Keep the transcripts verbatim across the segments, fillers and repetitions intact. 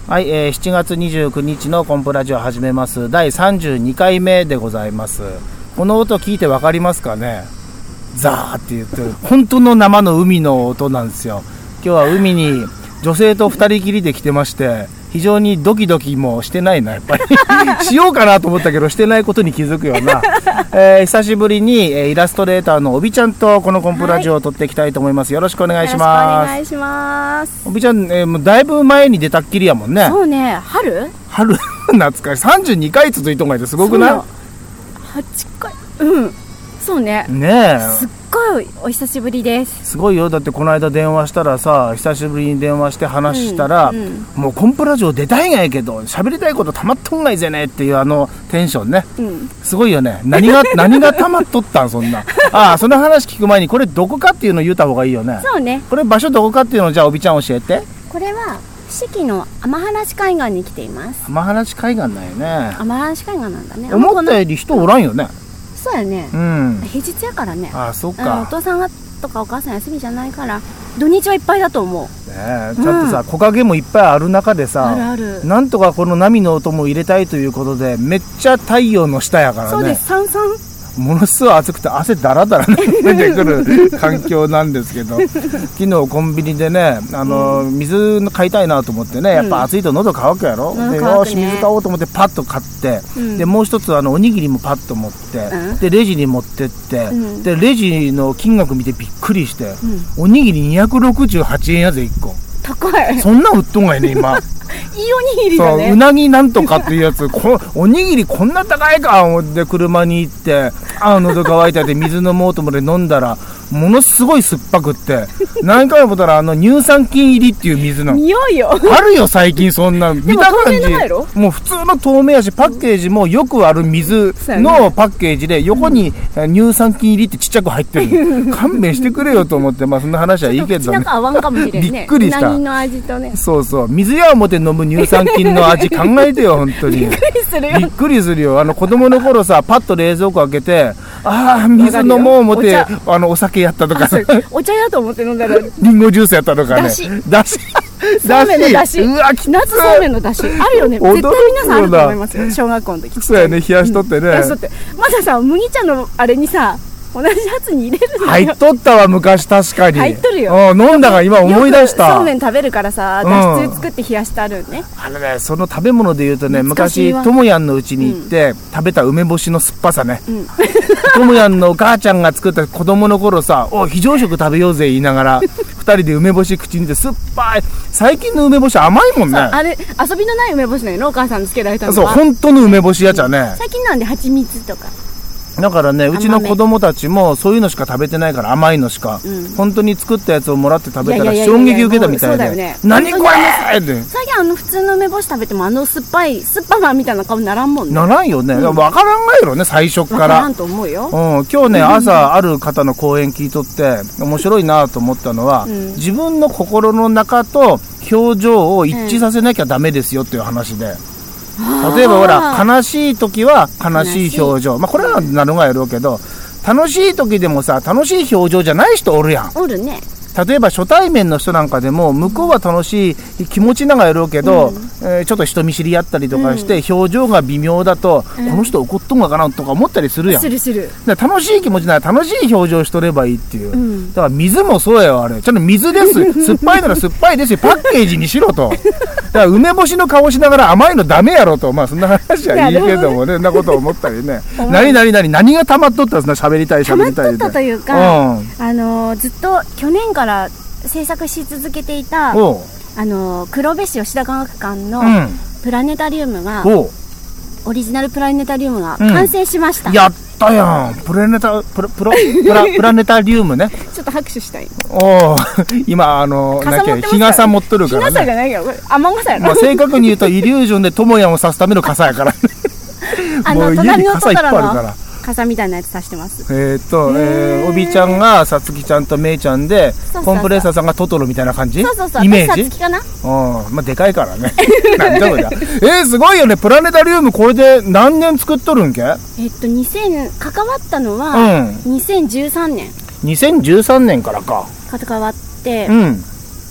はい、えー、しちがつにじゅうくにちのコンプラジオを始めますだいさんじゅうにかいめでございます。この音聞いてわかりますかね。ザーって言ってる本当の生の海の音なんですよ。今日は海に女性と二人きりで来てまして、非常にドキドキもしてないなやっぱりしようかなと思ったけどしてないことに気づくような、えー、久しぶりに、えー、イラストレーターのおびちゃんとこのコンプラジオを撮っていきたいと思います、はい、よろしくお願いします。 よろしくお願いします。 おびちゃん、えー、もうだいぶ前に出たっきりやもんね。 そうね、春春懐かしい。さんじゅうにかい続いとんがいてすごくない？ はちかい、うんそうね。 ねえ、 すっごいお久しぶりです。 すごいよ。だってこの間電話したらさ、久しぶりに電話して話したら、うんうん、もうコンプラジオ出たいがやけど喋りたいことたまっとんがいぜねっていうあのテンションね、うん、すごいよね。何が何がたまっとったんそんなああ、その話聞く前にこれどこかっていうのを言った方がいいよね。 そうね、 これ場所どこかっていうのをじゃあおびちゃん教えて。 これは四季の天橋海岸に来ています。 天橋海岸だよね。 天橋海岸なんだね。 思ったより人おらんよね。 そうやね、うん、平日やからね。 ああ、そっか。 お父さんがとかお母さん休みじゃないから土日はいっぱいだと思う、ね、 えちゃんとさ、うん、木陰もいっぱいある中でさ、 あるある、 なんとかこの波の音も入れたいということでめっちゃ太陽の下やからね。 そうです、さんさんものすごい暑くて汗だらだら出てくる環境なんですけど昨日コンビニでね、あの、うん、水買いたいなと思ってね、やっぱ暑いと喉乾くやろ、うん、でよし水買おうと思ってパッと買って、うん、でもう一つあのおにぎりもパッと持って、うん、でレジに持ってって、うん、でレジの金額見てびっくりして、うん、おにぎりにひゃくろくじゅうはちえんやぜいっこ。 高い。 そんなん売っとんがいね今いいおにぎりだね。 そう、うなぎなんとかっていうやつこおにぎりこんな高いか思って車に行って、あ喉乾いたで水飲もうと思って飲んだらものすごい酸っぱくって何回も思ったらあの乳酸菌入りっていう水なの。 匂いよ。 あるよ最近そんな見た感じ。 でも透明ないろ？ もう普通の透明やし、パッケージもよくある水のパッケージで横に乳酸菌入りってちっちゃく入ってる勘弁してくれよと思って、まあそんな話はいいけどね。 合わんかもしれんね。 びっくりした。 うなぎの味とね。 そうそう、水や思って飲む乳酸菌の味考えてよ本当に。 びっくりするよ。 びっくりするよ。あの子供の頃さ、パッと冷蔵庫開けて、ああ水飲もう思ってあのお酒やったとか、 お茶やと思って飲んだらリンゴジュースやったとかね。だしだしそうめんのだし。 うわ、きつい。 夏そうめんのだしあるよね。絶対皆さんあると思いますよ。小学校の時。 そうやね、冷やしとってね、うん、冷やしとって。まださ、麦茶のあれにさ、同じやつに入れるのよ。 入っとったわ昔。確かに入っとるよ。 飲んだが今思い出した。 そうめん食べるからさ、だし作って冷やしてあるね、 うん、あのね、その食べ物で言うとね、昔ともやんのうちに行って、うん、食べた梅干しの酸っぱさね、うん、ともやんのお母ちゃんが作った子供の頃さ、お非常食食べようぜ言いながらふたりで梅干し口に入れて酸っぱい。最近の梅干し甘いもんね。 あれ遊びのない梅干しだよね、お母さんにつけられたのは。 そう、本当の梅干しやちゃね、うん、 最近なんで蜂蜜とかだからね、うちの子供たちもそういうのしか食べてないから、甘いのしか、うん、本当に作ったやつをもらって食べたら衝撃受けたみたいで、ね、何これって。 最近あの普通の梅干し食べてもあの酸っぱい酸っぱマンみたいな顔にならんもんね。 ならんよね、うん、分からんがやろね最初から。分からんと思うよ、 うん、今日ね朝ある方の講演聞いとって面白いなと思ったのは、うん、自分の心の中と表情を一致させなきゃダメですよっていう話で、うん、例えばほら悲しい時は悲しい表情、まあこれはなるがやろうけど、楽しい時でもさ楽しい表情じゃない人おるやん。 おるね。 例えば初対面の人なんかでも向こうは楽しい気持ちながらやろうけど、うんえー、ちょっと人見知りやったりとかして、うん、表情が微妙だと、うん、この人怒っとんのかなとか思ったりするやん。 するする。 だから楽しい気持ちなら楽しい表情しとればいいっていう、うん、だから水もそうやよ。あれちゃんと水です酸っぱいなら酸っぱいですよパッケージにしろと。だから梅干しの顔しながら甘いのダメやろと、まあそんな話はいいけどもね、そんなこと思ったりね何何何何が溜まっとったんですか。喋りたい喋りたい溜まっとったというか、うん、あのー、ずっと去年から制作し続けていたあの黒部市吉田科学館のプラネタリウムが、うん、オリジナルプラネタリウムが完成しました、うん、やったやん。プラネタプラプラプラプラネタリウムね。 ちょっと拍手したい。 お今あのなんか日傘持っとるからね。 日傘じゃないけどこれ雨傘やろ、 まあ、正確に言うとイリュージョンでトモヤンを刺すための傘やからあのもう家に傘いっぱいあるから傘みたいなやつ刺してます。 えーっと、えー、おびちゃんがさつきちゃんとめいちゃんで、そうそうそう、コンプレッサーさんがトトロみたいな感じ。 そうそうそう、 イメージ。 さつきかな。 うん、まあでかいからねなんだこりゃ。えー、すごいよね。プラネタリウムこれで何年作っとるんけ。 えっとにせん関わったのは、うん、にせんじゅうさんねん。 にせんじゅうさんねんからか関わって、 うん、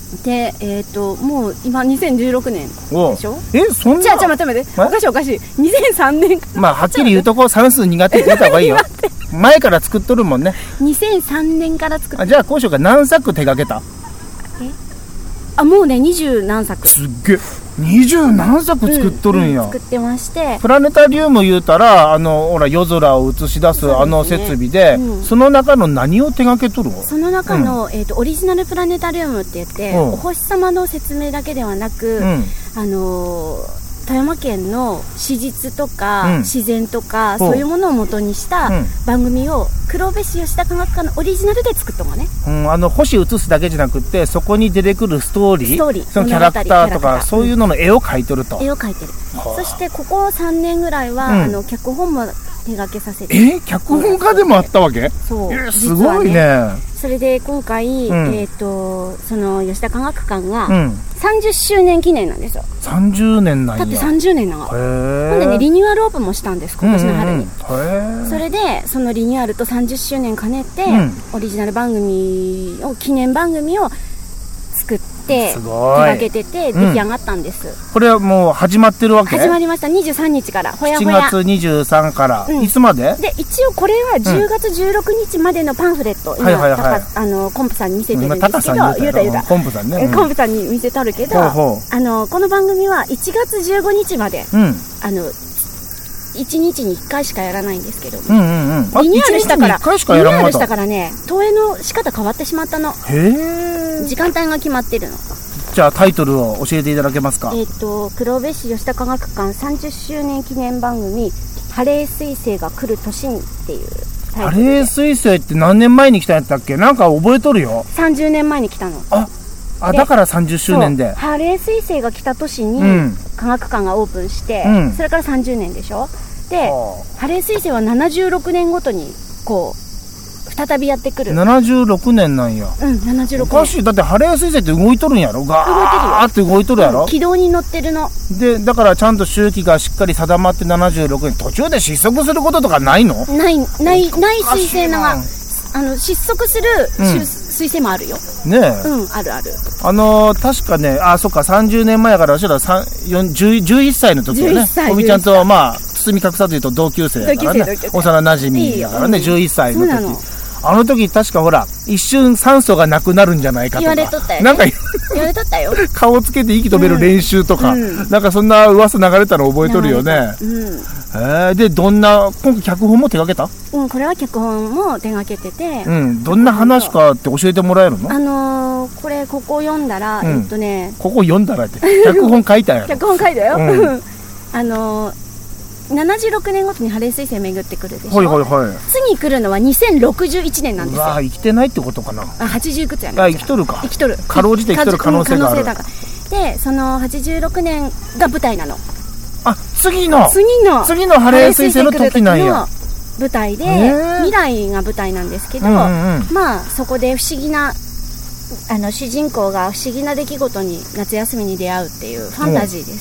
で、えー、ともう今にせんじゅうろくねんでしょ。 えそんなじゃあじゃあ待って待っておかしいおかしいにせんさんねんからまあはっきり言うとこ算数苦手って言った方がいいよ前から作っとるもんね。 にせんさんねんから作って。 あじゃあこうしようか。何作手掛けた？ えあもうね二十何作。 すっげえ二十何作作っとるんや、 うんうん、作ってまして、 プラネタリウム言うたらあのほら夜空を映し出すあの設備で、うん、その中の何を手掛けとるの？ その中の、うんえー、とオリジナルプラネタリウムって言って、うん、お星様の説明だけではなく、うん、あのー富山県の史実とか、うん、自然とかそういうものを元にした番組を黒部市吉田科学館のオリジナルで作ったのね、 うん、あの星映すだけじゃなくてそこに出てくるストーリー、 ストーリーそのキャラクターとかそういうのの絵を描いとると、 うん、絵を描いてる。そしてここさんねんぐらいは、うん、あの脚本も手掛けさせて。 え脚本家でもあったわけ？ そう、 えー、すごいね。 それで今回、うん、えー、とその吉田科学館がさんじゅっしゅうねん記念なんですよ。 さんじゅうねんなんや。 だってさんじゅうねんなの。ほんでねリニューアルオープンもしたんです今年の春に、うんうん、それでそのリニューアルとさんじゅっしゅうねん兼ねて、うん、オリジナル番組を記念番組を作って手掛けてて出来上がったんです、 うん、これはもう始まってるわけ？ 始まりました。にじゅうさんにちからほやほやしちがつにじゅうさんから、うん、いつまで？ で一応これはじゅうがつじゅうろくにちまでのパンフレット、うん、今、はいはいはい、あのコンプさんに見せてるんですけど、 言うた言うたコンプさんね、 うん、コンプさんに見せとるけど、ほうほうあのこの番組はいちがつじゅうごにちまで、うん、あのいちにちにいっかいしかやらないんですけど、うんうんうん、リニューアルしたからリニューアルしたからね投影の仕方変わってしまったの。へー、時間帯が決まってるの。 じゃあタイトルを教えていただけますか？ えっ、ー、と黒部市吉田科学館さんじゅっしゅうねん記念番組ハレー彗星が来る年にっていうタイトルで。 ハレー彗星って何年前に来たんやったっけ？なんか覚えとるよ。 さんじゅうねんまえに来たの。 ああだからさんじゅっしゅうねんでハレー彗星が来た年に科学館がオープンして、うん、それからさんじゅうねんでしょ。でハレー彗星はななじゅうろくねんごとにこう再びやってくる。 ななじゅうろくねんなんや。 うんななじゅうろくねん。 おかしい。だってハレー彗星って動いとるんやろ。ガーって動いとるやろ、 うん、軌道に乗ってるのでだからちゃんと周期がしっかり定まってななじゅうろくねん途中で失速することとかないの？ ないないない彗星のがあの失速する、うん、彗星もあるよねえ。うんあるある。 あのー、確かねあそっかさんじゅうねんまえから私らじゅういっさいの時はねおみちゃんとまあ包み隠さず言うと同級生やからね幼なじみだからねいい、うん、じゅういっさいの時のあの時確かほら一瞬酸素がなくなるんじゃないかとか言われとったよ、ね、 なんか言われとったよ顔つけて息止める練習とか、うん、なんかそんな噂流れたの覚えとるよね、うん、えー、でどんな今回脚本も手掛けた？ うんこれは脚本も手掛けてて、 うん、どんな話かって教えてもらえるの？ あのー、これここ読んだら、うん、えっとねここ読んだらって脚本書いたんやろ脚本書いたよ、うん、あのーななじゅうろくねんごとにハレー彗星巡ってくるでしょ。はいはいはい。次来るのはにせんろくじゅういちねんなんですよ。 うわ生きてないってことかな。 あはちじゅういくつやね。 あ生きとるか。 生きとる。 かろうじて生きとる可能性がある。 可能性だでそのはちじゅうろくねんが舞台なの。 あ次の次の次のハレー彗星の時なんや。 舞台で未来が舞台なんですけど、うんうんうん、まあそこで不思議なあの主人公が不思議な出来事に夏休みに出会うっていうファンタジーです。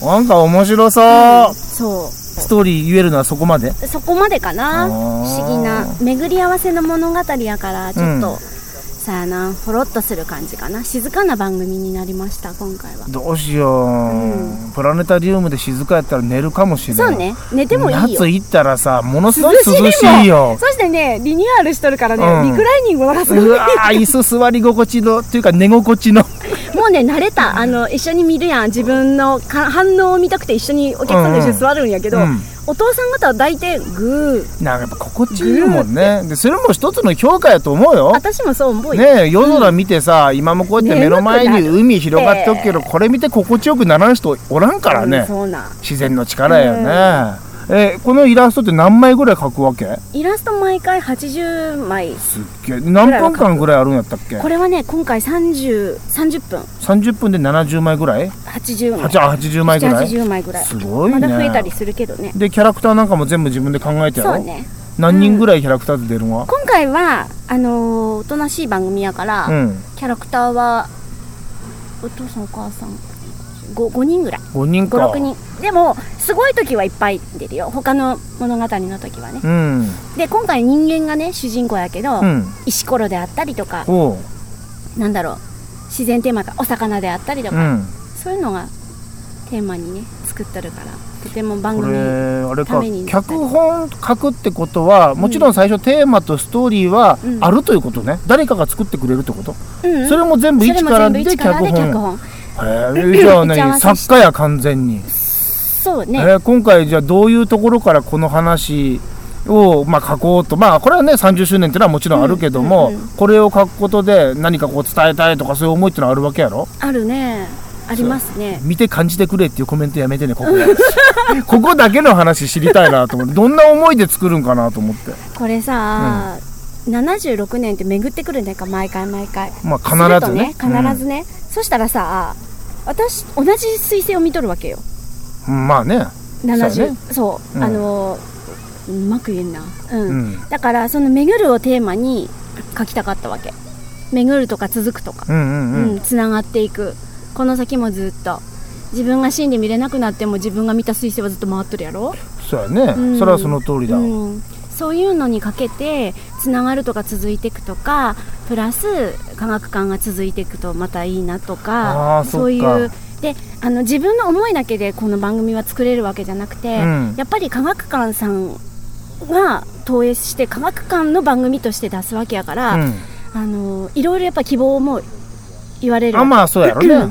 なんか面白そう。 うん、そう。 ストーリー言えるのはそこまで？ そこまでかな。不思議な巡り合わせの物語やからちょっと、うん、さあなほろっとする感じかな。静かな番組になりました今回は。 どうしよう、うん、プラネタリウムで静かやったら寝るかもしれない。 そうね寝てもいいよ。 夏行ったらさものすごい涼しいよ。 そしてねリニューアルしとるからね、うん、リクライニングがすごい。 うわ椅子座り心地のっていうか寝心地のもうね慣れた。あの一緒に見るやん自分のか反応を見たくて一緒にお客さんと一緒に座るんやけど、うんうん、お父さん方は大体グーなんかやっぱ心地いいもんね。でそれも一つの評価やと思うよ。 私もそう思うよね。夜空見てさ、うん、今もこうやって目の前に海広がっておくけど、これ見て心地よくならん人おらんからね、うん、そうな自然の力やね、うんえこのイラストって何枚ぐらい描くわけ？ イラスト毎回はちじゅうまい。 すっげえ。何分間ぐらいあるんやったっけ？ これはね今回さんじゅう、さんじゅっぷんさんじゅっぷんでななじゅうまいぐらい？ はちじゅうまい。 はちじゅうまいぐらい？ はちじゅうまいぐらい。 すごいね。 まだ増えたりするけどね。 でキャラクターなんかも全部自分で考えてやろ？ そうね。 何人ぐらいキャラクターで出るのは、うん、 今回はあのー、おとなしい番組やから、うん、キャラクターはお父さんお母さん 5, 5人ぐらい。 ごにんか。 ご、ろくにん。でもすごい時はいっぱい出るよ他の物語の時はね、うん、で今回人間がね主人公やけど、うん、石ころであったりとかなんだろう自然テーマがお魚であったりとか、うん、そういうのがテーマにね作ってるからとても番組のためにあれか脚本書くってことはもちろん最初テーマとストーリーはあるということね、うん、誰かが作ってくれるってこと、うん、それも全部一からで脚本、脚本えー、じゃあね作家や完全にそうね、 えー、今回じゃあどういうところからこの話を、まあ、書こうと、まあこれはねさんじゅっしゅうねんっていうのはもちろんあるけども、うんうんうん、これを書くことで何かこう伝えたいとかそういう思いってのはあるわけやろ。 あるね、ありますね。 見て感じてくれっていうコメントやめてね、ここここだけの話知りたいなと思ってどんな思いで作るんかなと思って。 これさ、うん、ななじゅうろくねんって巡ってくるんだよか毎回毎回、 まあ、必ずね必ずね、うん、そしたらさ私同じ彗星を見とるわけよ。 まあねななじゅうそう、うん、あのうまく言えんな、うんうん、だからその巡るをテーマに書きたかったわけ。巡るとか続くとか、うんうんうんうん、つながっていく、この先もずっと自分が死んで見れなくなっても自分が見た彗星はずっと回ってるやろ。 そうやね、うん、それはその通りだ、うん、 そういうのにかけてつながるとか続いていくとかプラス科学館が続いていくとまたいいなとか、あそういうであの自分の思いだけでこの番組は作れるわけじゃなくて、うん、やっぱり科学館さんが投影して科学館の番組として出すわけやから、うん、あのいろいろやっぱ希望も言われる。 あまあそうやろね、うん、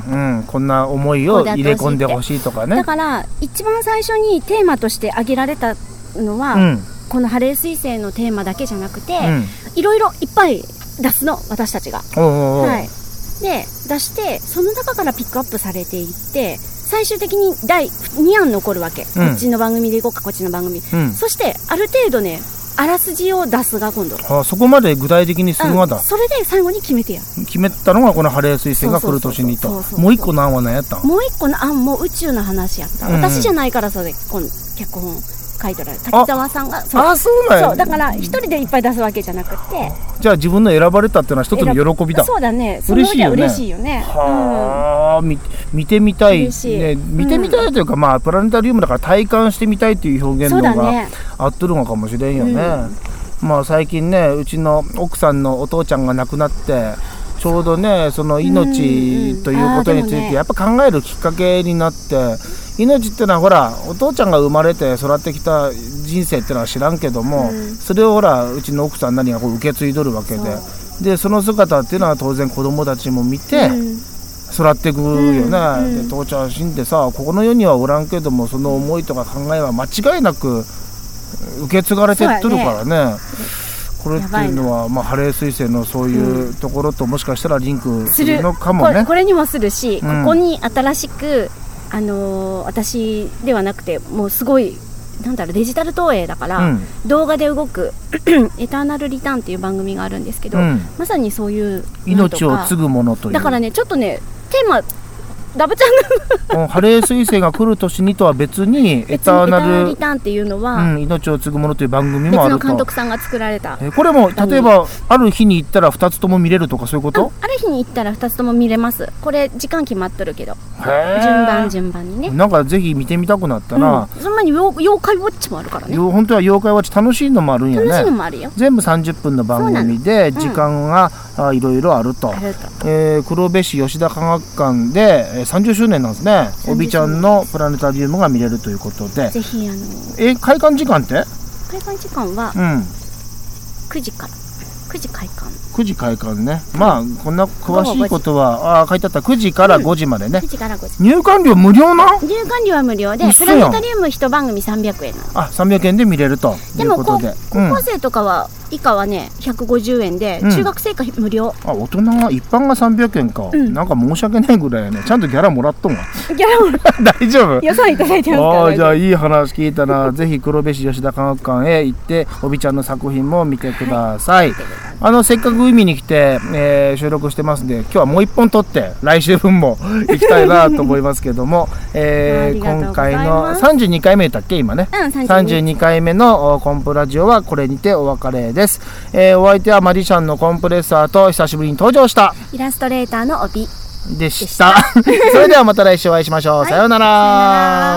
こんな思いを入れ込んでほしいとかね。 だから一番最初にテーマとして挙げられたのは、うん、このハレー彗星のテーマだけじゃなくて、いろいろいっぱい出すの私たちが。おうおうおう、はい、で出してその中からピックアップされていって最終的にだいにあん残るわけ、うん、こっちの番組でいこうかこっちの番組、うん、そしてある程度ねあらすじを出すが今度。 あそこまで具体的にするまだ、 うん、それで最後に決めてや決めたのがこのハレー彗星が来る年にと。もう一個の案は何やったん？ もう一個の案も宇宙の話やった、うんうん、私じゃないからそれこの脚本書いてられる滝沢さんが。 そうあそうなんや、そうだから一人でいっぱい出すわけじゃなくて、 じゃあ自分の選ばれたっていうのは一つの喜びだ。 そうだね、その時は嬉しいよね。 はあ、うん、見てみたい、ね、見てみたいというか、うん、まあプラネタリウムだから体感してみたいっていう表現のが合ってるのかもしれんよね、うん、まあ最近ねうちの奥さんのお父ちゃんが亡くなってちょうどねその命ということについてやっぱ考えるきっかけになって、命ってのはほらお父ちゃんが生まれて育ってきた人生ってのは知らんけども、うん、それをほらうちの奥さんなりがこう受け継いどるわけで、そでその姿っていうのは当然子供たちも見て育っていくよね、うんうん、で父ちゃん死んでさここの世にはおらんけどもその思いとか考えは間違いなく受け継がれてっとるからね。これっていうのは、まあ、ハレー彗星のそういうところともしかしたらリンクするのかもね。 これ、これにもするし、うん、ここに新しく、あのー、私ではなくてもうすごいなんだろうデジタル投影だから、うん、動画で動くエターナルリターンっていう番組があるんですけど、うん、まさにそういう命を継ぐものというだからねちょっとねテーマダブちゃんハレー彗星が来る年にとは別にエターナルリターンっていうのは、 うん、命を継ぐものという番組もあると。 別の監督さんが作られた。 えこれも例えばある日に行ったらふたつとも見れるとかそういうこと？ ある日に行ったらふたつとも見れます。これ時間決まっとるけど順番順番にね。 なんかぜひ見てみたくなったな、 うん、そんなに妖怪ウォッチもあるからね。 本当は妖怪ウォッチ楽しいのもあるんやね。 楽しいのもあるよ。 全部さんじゅっぷんの番組で時間が、うん、いろいろあると。あると、えー、黒部市吉田科学館でさんじゅっしゅうねんなんですね。おびちゃんのプラネタリウムが見れるということでぜひあのえ開館時間って開館時間は、うん、くじからくじ開館くじ開館ね。まあこんな詳しいことはあ書いてあったくじからごじまでね、うん、 くじからごじ入館料無料な入館料は無料でプラネタリウム一番組さんびゃくえんなの。 あさんびゃくえんで見れるということで。 でも高校生とかは、うん、以下はねひゃくごじゅうえんで、うん、中学生以下無料。 あ大人は一般がさんびゃくえんか、うん、なんか申し訳ないぐらいやね。ちゃんとギャラもらっとんわギャラもら大丈夫予算いただいてますからあじゃあいい話聞いたらぜひ黒部市吉田科学館へ行っておびちゃんの作品も見てください、はい、あのせっかく海に来て、えー、収録してますんで今日はもう一本撮って来週分も行きたいなと思いますけども、えー、今回のさんじゅうにかいめだっけ今ね、うん、さんじゅうにかいめのコンプラジオはこれにてお別れです、えー、お相手はマジシャンのコンプレッサーと久しぶりに登場したイラストレーターの帯でしたそれではまた来週お会いしましょう、はい、さようなら。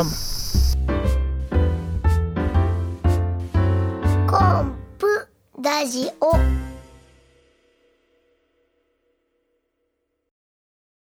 コンプラジオ